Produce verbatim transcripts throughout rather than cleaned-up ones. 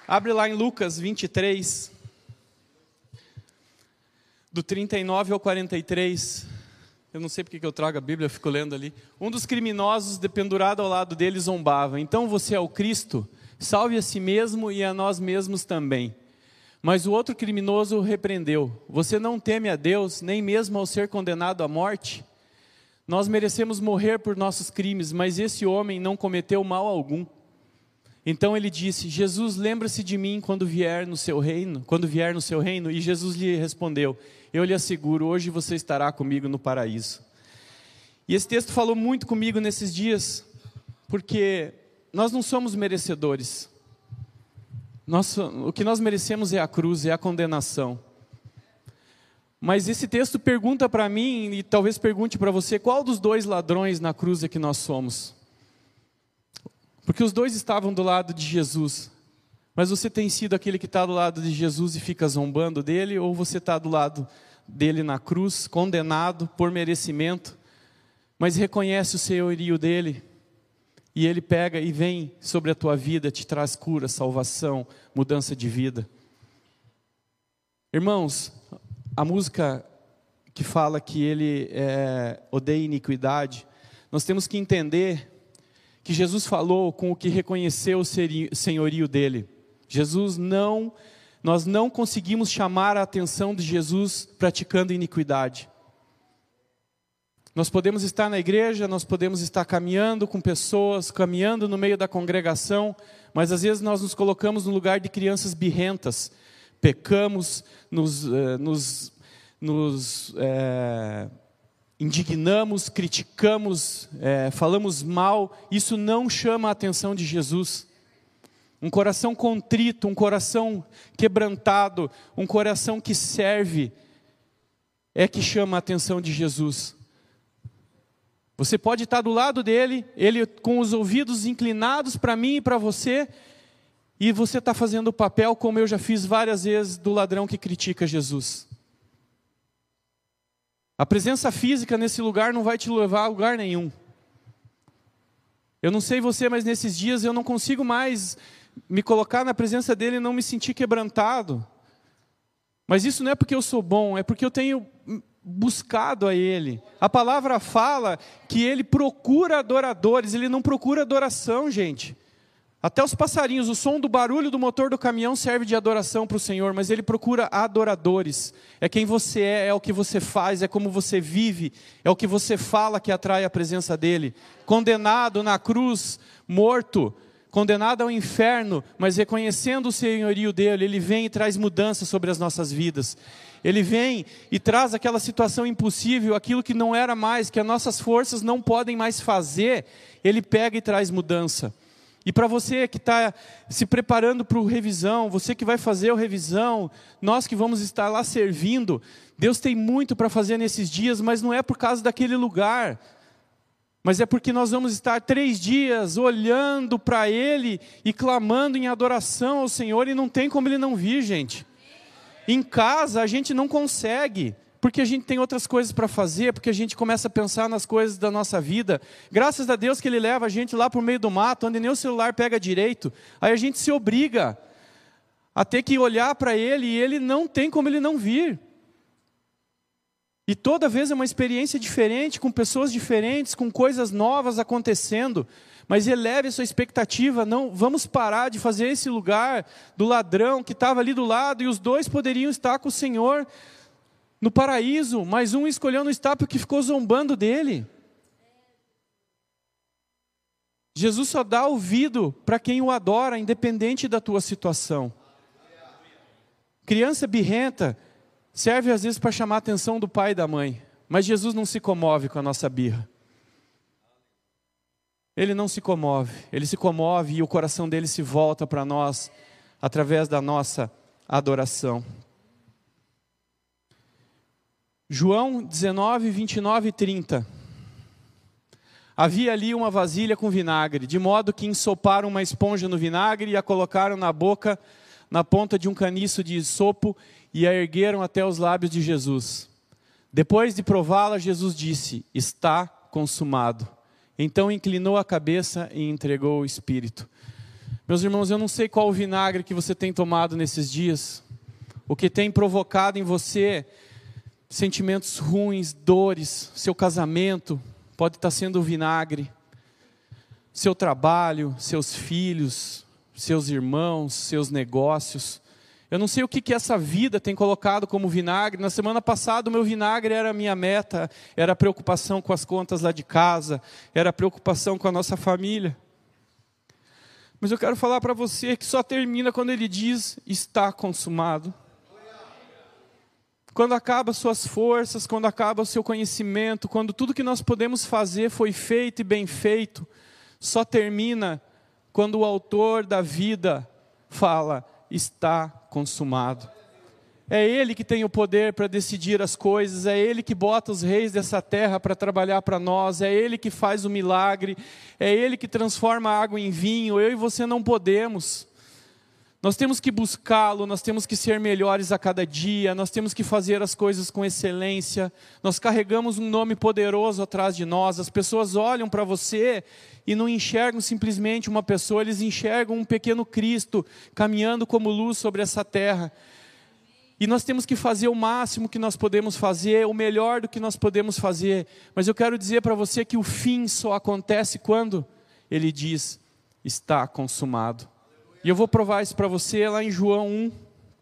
Abre lá em Lucas vinte e três, do trinta e nove ao quarenta e três. Eu não sei porque que eu trago a Bíblia, eu fico lendo ali. Um dos criminosos, dependurado ao lado dele, zombava. Então você é o Cristo? Salve a si mesmo e a nós mesmos também. Mas o outro criminoso o repreendeu. Você não teme a Deus, nem mesmo ao ser condenado à morte? Nós merecemos morrer por nossos crimes, mas esse homem não cometeu mal algum. Então ele disse: Jesus, lembra-se de mim quando vier no seu reino, quando vier no seu reino. E Jesus lhe respondeu: eu lhe asseguro, hoje você estará comigo no paraíso. E esse texto falou muito comigo nesses dias, porque nós não somos merecedores. Nós, o que nós merecemos é a cruz, é a condenação. Mas esse texto pergunta para mim, e talvez pergunte para você, qual dos dois ladrões na cruz é que nós somos? Porque os dois estavam do lado de Jesus. Mas você tem sido aquele que está do lado de Jesus e fica zombando dele? Ou você está do lado dele na cruz, condenado por merecimento, mas reconhece o senhorio dele? E ele pega e vem sobre a tua vida, te traz cura, salvação, mudança de vida. Irmãos, a música que fala que ele é, odeia iniquidade, nós temos que entender que Jesus falou com o que reconheceu o senhorio dele. Jesus não, nós não conseguimos chamar a atenção de Jesus praticando iniquidade. Nós podemos estar na igreja, nós podemos estar caminhando com pessoas, caminhando no meio da congregação, mas às vezes nós nos colocamos no lugar de crianças birrentas, pecamos, nos, eh, nos, nos eh, indignamos, criticamos, eh, falamos mal. Isso não chama a atenção de Jesus. Um coração contrito, um coração quebrantado, um coração que serve, é que chama a atenção de Jesus. Você pode estar do lado dele, ele com os ouvidos inclinados para mim e para você, e você está fazendo o papel, como eu já fiz várias vezes, do ladrão que critica Jesus. A presença física nesse lugar não vai te levar a lugar nenhum. Eu não sei você, mas nesses dias eu não consigo mais me colocar na presença dele e não me sentir quebrantado. Mas isso não é porque eu sou bom, é porque eu tenho buscado a ele. A palavra fala que ele procura adoradores, ele não procura adoração, gente. Até os passarinhos, o som do barulho do motor do caminhão serve de adoração para o Senhor, mas ele procura adoradores. É quem você é, é o que você faz, é como você vive, é o que você fala que atrai a presença dele. Condenado na cruz, morto, condenado ao inferno, mas reconhecendo o senhorio dele, ele vem e traz mudança sobre as nossas vidas. Ele vem e traz aquela situação impossível, aquilo que não era mais, que as nossas forças não podem mais fazer, ele pega e traz mudança. E para você que está se preparando para o revisão, você que vai fazer o revisão, nós que vamos estar lá servindo, Deus tem muito para fazer nesses dias, mas não é por causa daquele lugar, mas é porque nós vamos estar três dias olhando para Ele e clamando em adoração ao Senhor, e não tem como Ele não vir, gente. Em casa a gente não consegue, porque a gente tem outras coisas para fazer, porque a gente começa a pensar nas coisas da nossa vida. Graças a Deus que Ele leva a gente lá para o meio do mato, onde nem o celular pega direito. Aí a gente se obriga a ter que olhar para Ele, e Ele não tem como Ele não vir. E toda vez é uma experiência diferente, com pessoas diferentes, com coisas novas acontecendo. Mas eleve a sua expectativa, não vamos parar de fazer esse lugar do ladrão que estava ali do lado, e os dois poderiam estar com o Senhor no paraíso, mas um escolheu não estar porque ficou zombando dele. Jesus só dá ouvido para quem o adora, independente da tua situação. Criança birrenta serve às vezes para chamar a atenção do pai e da mãe, mas Jesus não se comove com a nossa birra. Ele não se comove, ele se comove e o coração dele se volta para nós através da nossa adoração. João dezenove, vinte e nove e trinta. Havia ali uma vasilha com vinagre, de modo que ensoparam uma esponja no vinagre e a colocaram na boca, na ponta de um caniço de isopo, e a ergueram até os lábios de Jesus. Depois de prová-la, Jesus disse: está consumado. Então inclinou a cabeça e entregou o espírito. Meus irmãos, eu não sei qual o vinagre que você tem tomado nesses dias, o que tem provocado em você sentimentos ruins, dores. Seu casamento pode estar sendo o vinagre, seu trabalho, seus filhos, seus irmãos, seus negócios. Eu não sei o que, que essa vida tem colocado como vinagre. Na semana passada o meu vinagre era a minha meta, era a preocupação com as contas lá de casa, era a preocupação com a nossa família. Mas eu quero falar para você que só termina quando ele diz, está consumado. Quando acaba suas forças, quando acaba o seu conhecimento, quando tudo que nós podemos fazer foi feito e bem feito, só termina quando o autor da vida fala, está consumado. É Ele que tem o poder para decidir as coisas, é Ele que bota os reis dessa terra para trabalhar para nós, é Ele que faz o milagre, é Ele que transforma a água em vinho. Eu e você não podemos. Nós temos que buscá-lo, nós temos que ser melhores a cada dia, nós temos que fazer as coisas com excelência. Nós carregamos um nome poderoso atrás de nós. As pessoas olham para você e não enxergam simplesmente uma pessoa, eles enxergam um pequeno Cristo caminhando como luz sobre essa terra. E nós temos que fazer o máximo que nós podemos fazer, o melhor do que nós podemos fazer. Mas eu quero dizer para você que o fim só acontece quando Ele diz, está consumado. E eu vou provar isso para você lá em João um,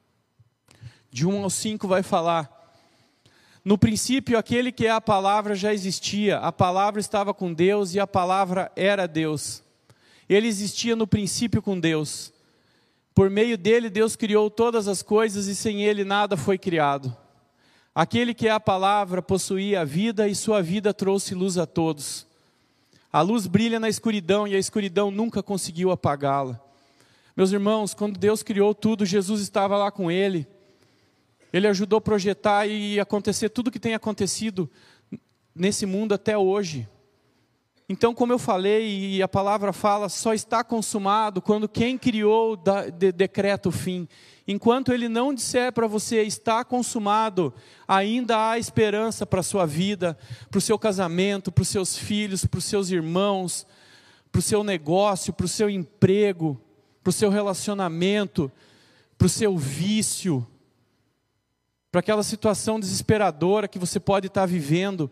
de um ao cinco vai falar. No princípio, aquele que é a palavra já existia, a palavra estava com Deus e a palavra era Deus. Ele existia no princípio com Deus. Por meio dele, Deus criou todas as coisas e sem ele nada foi criado. Aquele que é a palavra possuía a vida e sua vida trouxe luz a todos. A luz brilha na escuridão e a escuridão nunca conseguiu apagá-la. Meus irmãos, quando Deus criou tudo, Jesus estava lá com ele. Ele ajudou a projetar e acontecer tudo que tem acontecido nesse mundo até hoje. Então, como eu falei, e a palavra fala, só está consumado quando quem criou decreta o fim. Enquanto Ele não disser para você, está consumado, ainda há esperança para a sua vida, para o seu casamento, para os seus filhos, para os seus irmãos, para o seu negócio, para o seu emprego, para o seu relacionamento, para o seu vício, para aquela situação desesperadora que você pode estar vivendo.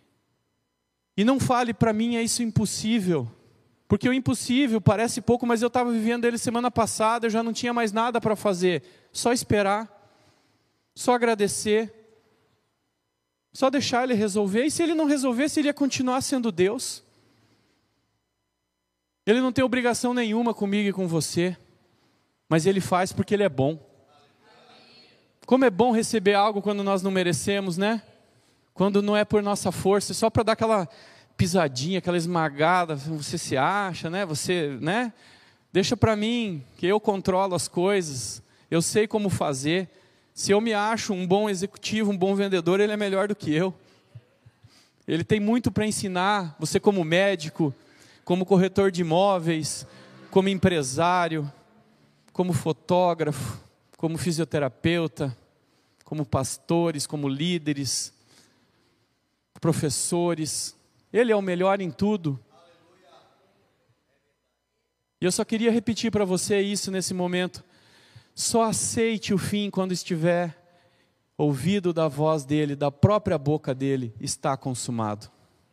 E não fale para mim, é isso impossível. Porque o impossível parece pouco, mas eu estava vivendo ele semana passada, eu já não tinha mais nada para fazer. Só esperar, só agradecer, só deixar Ele resolver. E se Ele não resolvesse, Ele ia continuar sendo Deus. Ele não tem obrigação nenhuma comigo e com você, mas Ele faz porque Ele é bom. Como é bom receber algo quando nós não merecemos, né? Quando não é por nossa força, só para dar aquela pisadinha, aquela esmagada, você se acha, né? Você, né? Deixa para mim, que eu controlo as coisas, eu sei como fazer. Se eu me acho um bom executivo, um bom vendedor, ele é melhor do que eu. Ele tem muito para ensinar, você como médico, como corretor de imóveis, como empresário, como fotógrafo, como fisioterapeuta, como pastores, como líderes, professores. Ele é o melhor em tudo. E eu só queria repetir para você isso nesse momento. Só aceite o fim quando estiver ouvido da voz dele, da própria boca dele, está consumado.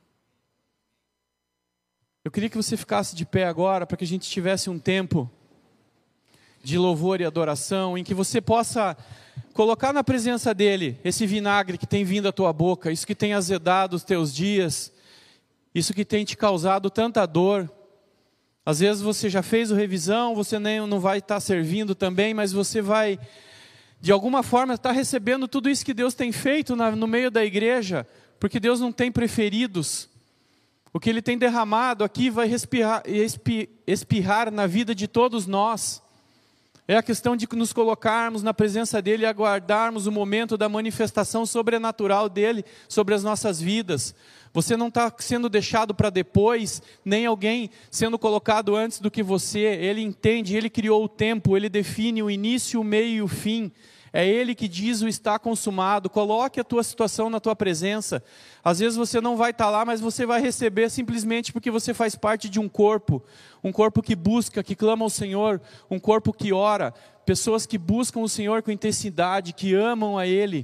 Eu queria que você ficasse de pé agora, para que a gente tivesse um tempo de louvor e adoração, em que você possa colocar na presença dele esse vinagre que tem vindo à tua boca, isso que tem azedado os teus dias, isso que tem te causado tanta dor. Às vezes você já fez o revisão, você nem, não vai estar servindo também, mas você vai, de alguma forma, estar recebendo tudo isso que Deus tem feito na, no meio da igreja, porque Deus não tem preferidos. O que Ele tem derramado aqui vai respirar, espi, espirrar na vida de todos nós. É a questão de nos colocarmos na presença dEle e aguardarmos o momento da manifestação sobrenatural dEle sobre as nossas vidas. Você não está sendo deixado para depois, nem alguém sendo colocado antes do que você. Ele entende, Ele criou o tempo, Ele define o início, o meio e o fim. É Ele que diz o está consumado. Coloque a tua situação na tua presença. Às vezes você não vai estar lá, mas você vai receber simplesmente porque você faz parte de um corpo. Um corpo que busca, que clama ao Senhor. Um corpo que ora. Pessoas que buscam o Senhor com intensidade, que amam a Ele.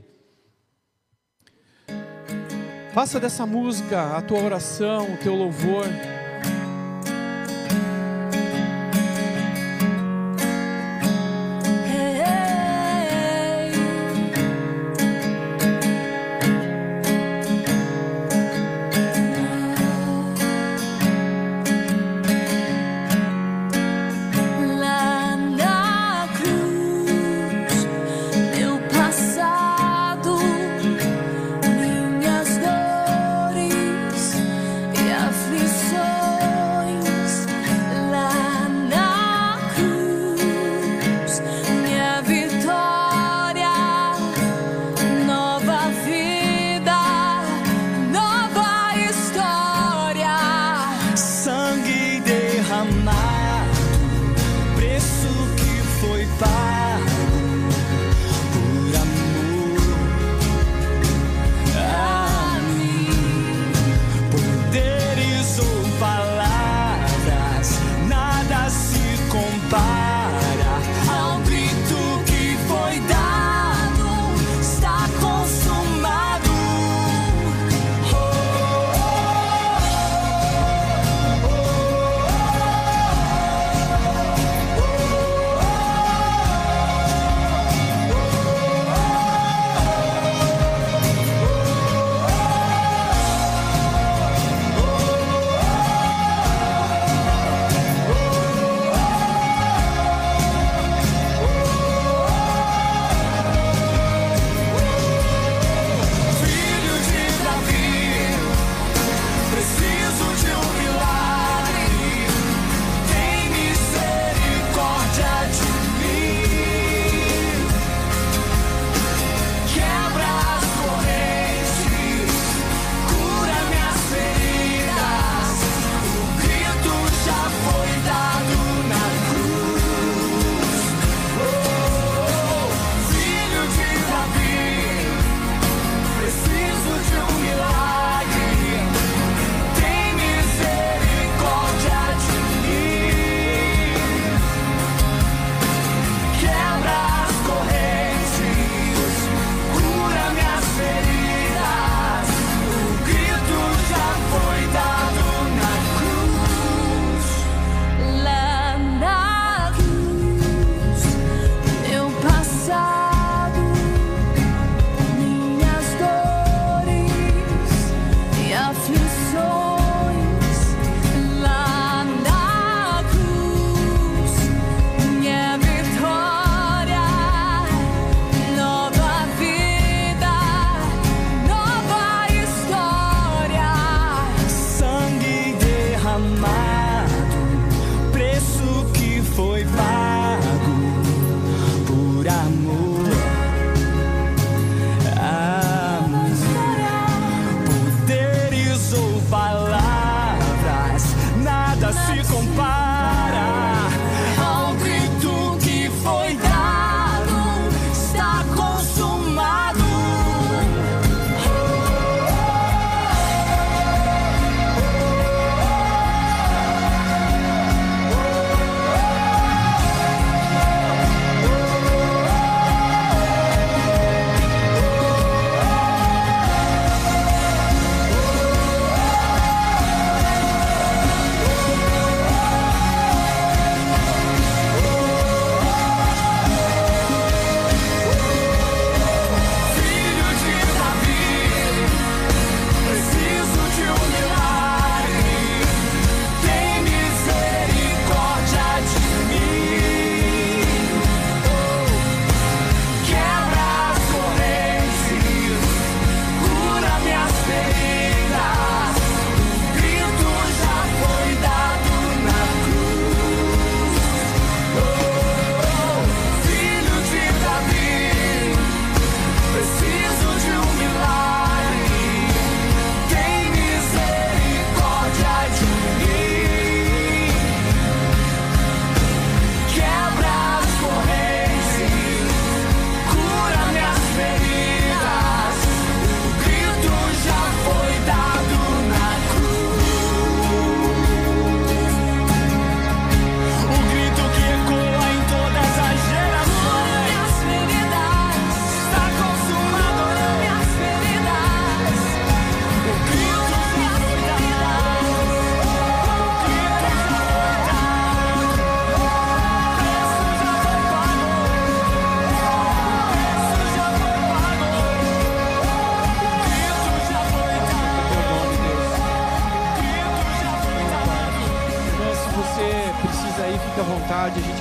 Faça dessa música a tua oração, o teu louvor. Aflições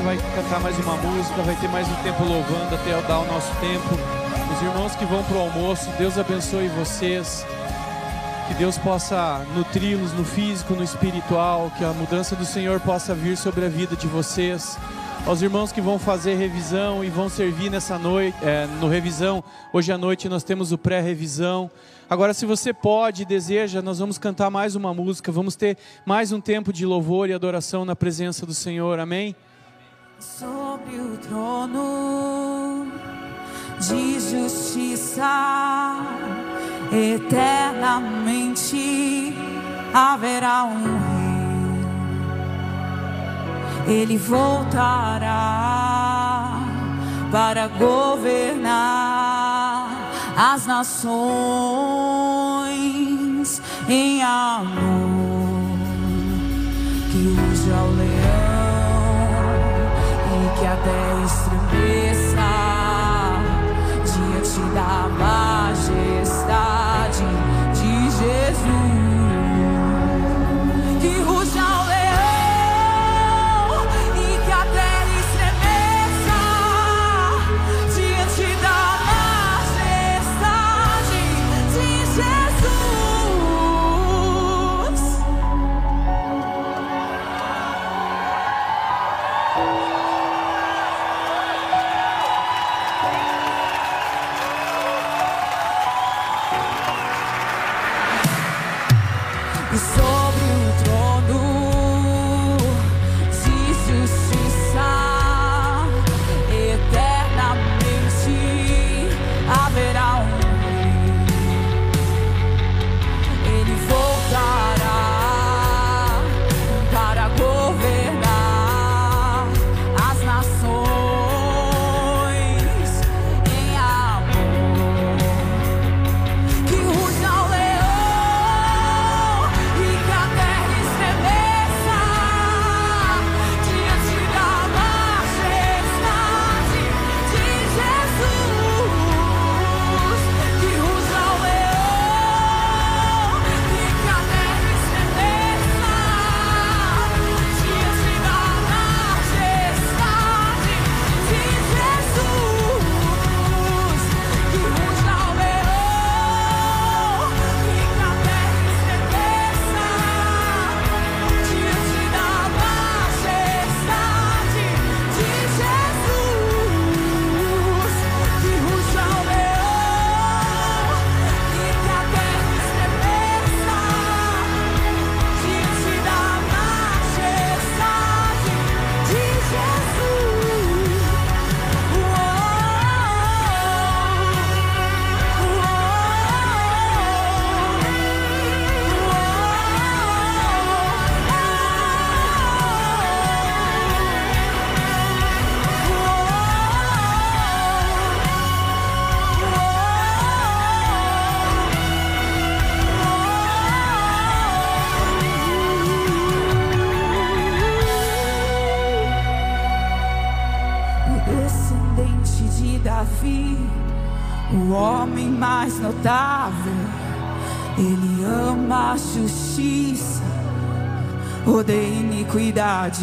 vai cantar mais uma música, vai ter mais um tempo louvando até dar o nosso tempo. Os irmãos que vão para o almoço, Deus abençoe vocês. Que Deus possa nutri-los no físico, no espiritual, que a mudança do Senhor possa vir sobre a vida de vocês. Aos irmãos que vão fazer revisão e vão servir nessa noite, é, no revisão, hoje à noite nós temos o pré-revisão. Agora, se você pode e deseja, nós vamos cantar mais uma música, vamos ter mais um tempo de louvor e adoração na presença do Senhor, amém? Sobre o trono de justiça, eternamente haverá um rei. Ele voltará para governar as nações em amor. Que ruja o leão e que a terra estremeça diante da majestade de Jesus. Que ruja o leão e que a terra estremeça diante da majestade de Jesus. E sobre o trono de justiça, eternamente haverá um rei. Ele voltará para governar as nações em amor. Que ruja o leão e que a terra estremeça diante da majestade de Jesus. Que ruja o leão e que a terra estremeça diante da majestade de Jesus. Que ruja o leão e que a terra estremeça diante da majestade de Jesus. Que ruja o leão e que a terra estremeça diante da majestade de Jesus. O descendente de Davi, o homem mais notável, ele ama a justiça, odeia iniquidade.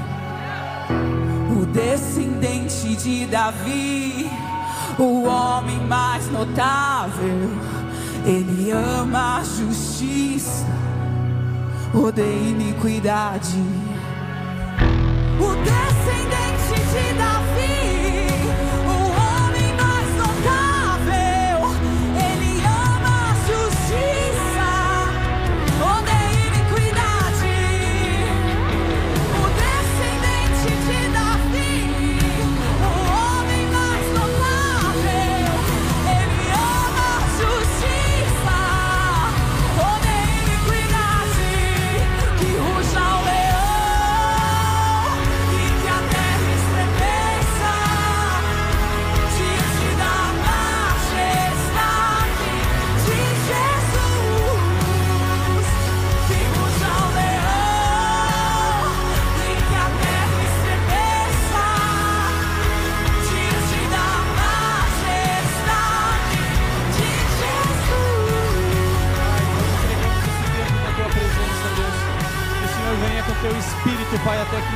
O descendente de Davi, o homem mais notável, ele ama a justiça, odeia iniquidade. O descendente de Davi, o homem mais notável, ele ama a justiça, odeia iniquidade. O descendente de Davi, o homem mais notável, ele ama a justiça, odeia iniquidade. Que ruja o leão e que a terra estremeça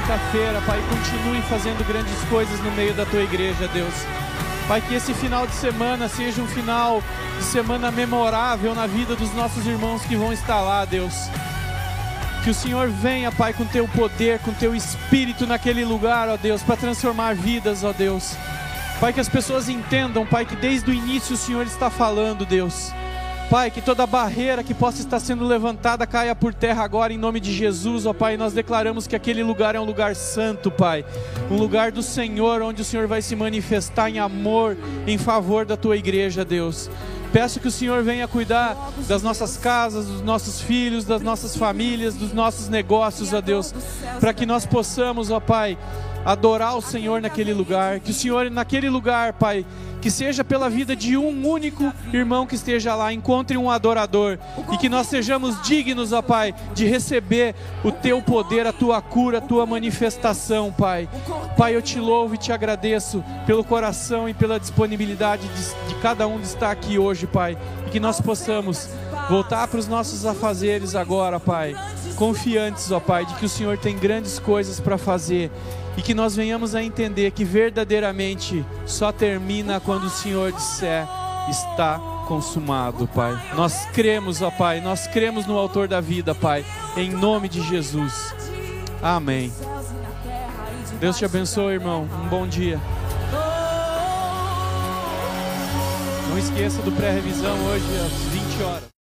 quinta-feira, Pai, continue fazendo grandes coisas no meio da Tua igreja, Deus. Pai, que esse final de semana seja um final de semana memorável na vida dos nossos irmãos que vão estar lá, Deus. Que o Senhor venha, Pai, com Teu poder, com Teu Espírito naquele lugar, ó Deus, para transformar vidas, ó Deus. Pai, que as pessoas entendam, Pai, que desde o início o Senhor está falando, Deus. Pai, que toda barreira que possa estar sendo levantada caia por terra agora em nome de Jesus, ó Pai. Nós declaramos que aquele lugar é um lugar santo, Pai. Um lugar do Senhor, onde o Senhor vai se manifestar em amor, em favor da Tua igreja, Deus. Peço que o Senhor venha cuidar das nossas casas, dos nossos filhos, das nossas famílias, dos nossos negócios, ó Deus. Para que nós possamos, ó Pai, adorar o Senhor naquele lugar. Que o Senhor naquele lugar, Pai, que seja pela vida de um único irmão que esteja lá, encontre um adorador, e que nós sejamos dignos, ó Pai, de receber o Teu poder, a Tua cura, a Tua manifestação, Pai. Pai, eu Te louvo e Te agradeço pelo coração e pela disponibilidade de, de cada um de estar aqui hoje, Pai, e que nós possamos voltar para os nossos afazeres agora, Pai, confiantes, ó Pai, de que o Senhor tem grandes coisas para fazer, e que nós venhamos a entender que verdadeiramente só termina quando o Senhor disser: está consumado, Pai. Nós cremos, ó Pai, nós cremos no Autor da vida, Pai, em nome de Jesus. Amém. Deus te abençoe, irmão. Um bom dia. Não esqueça do pré-revisão hoje às vinte horas.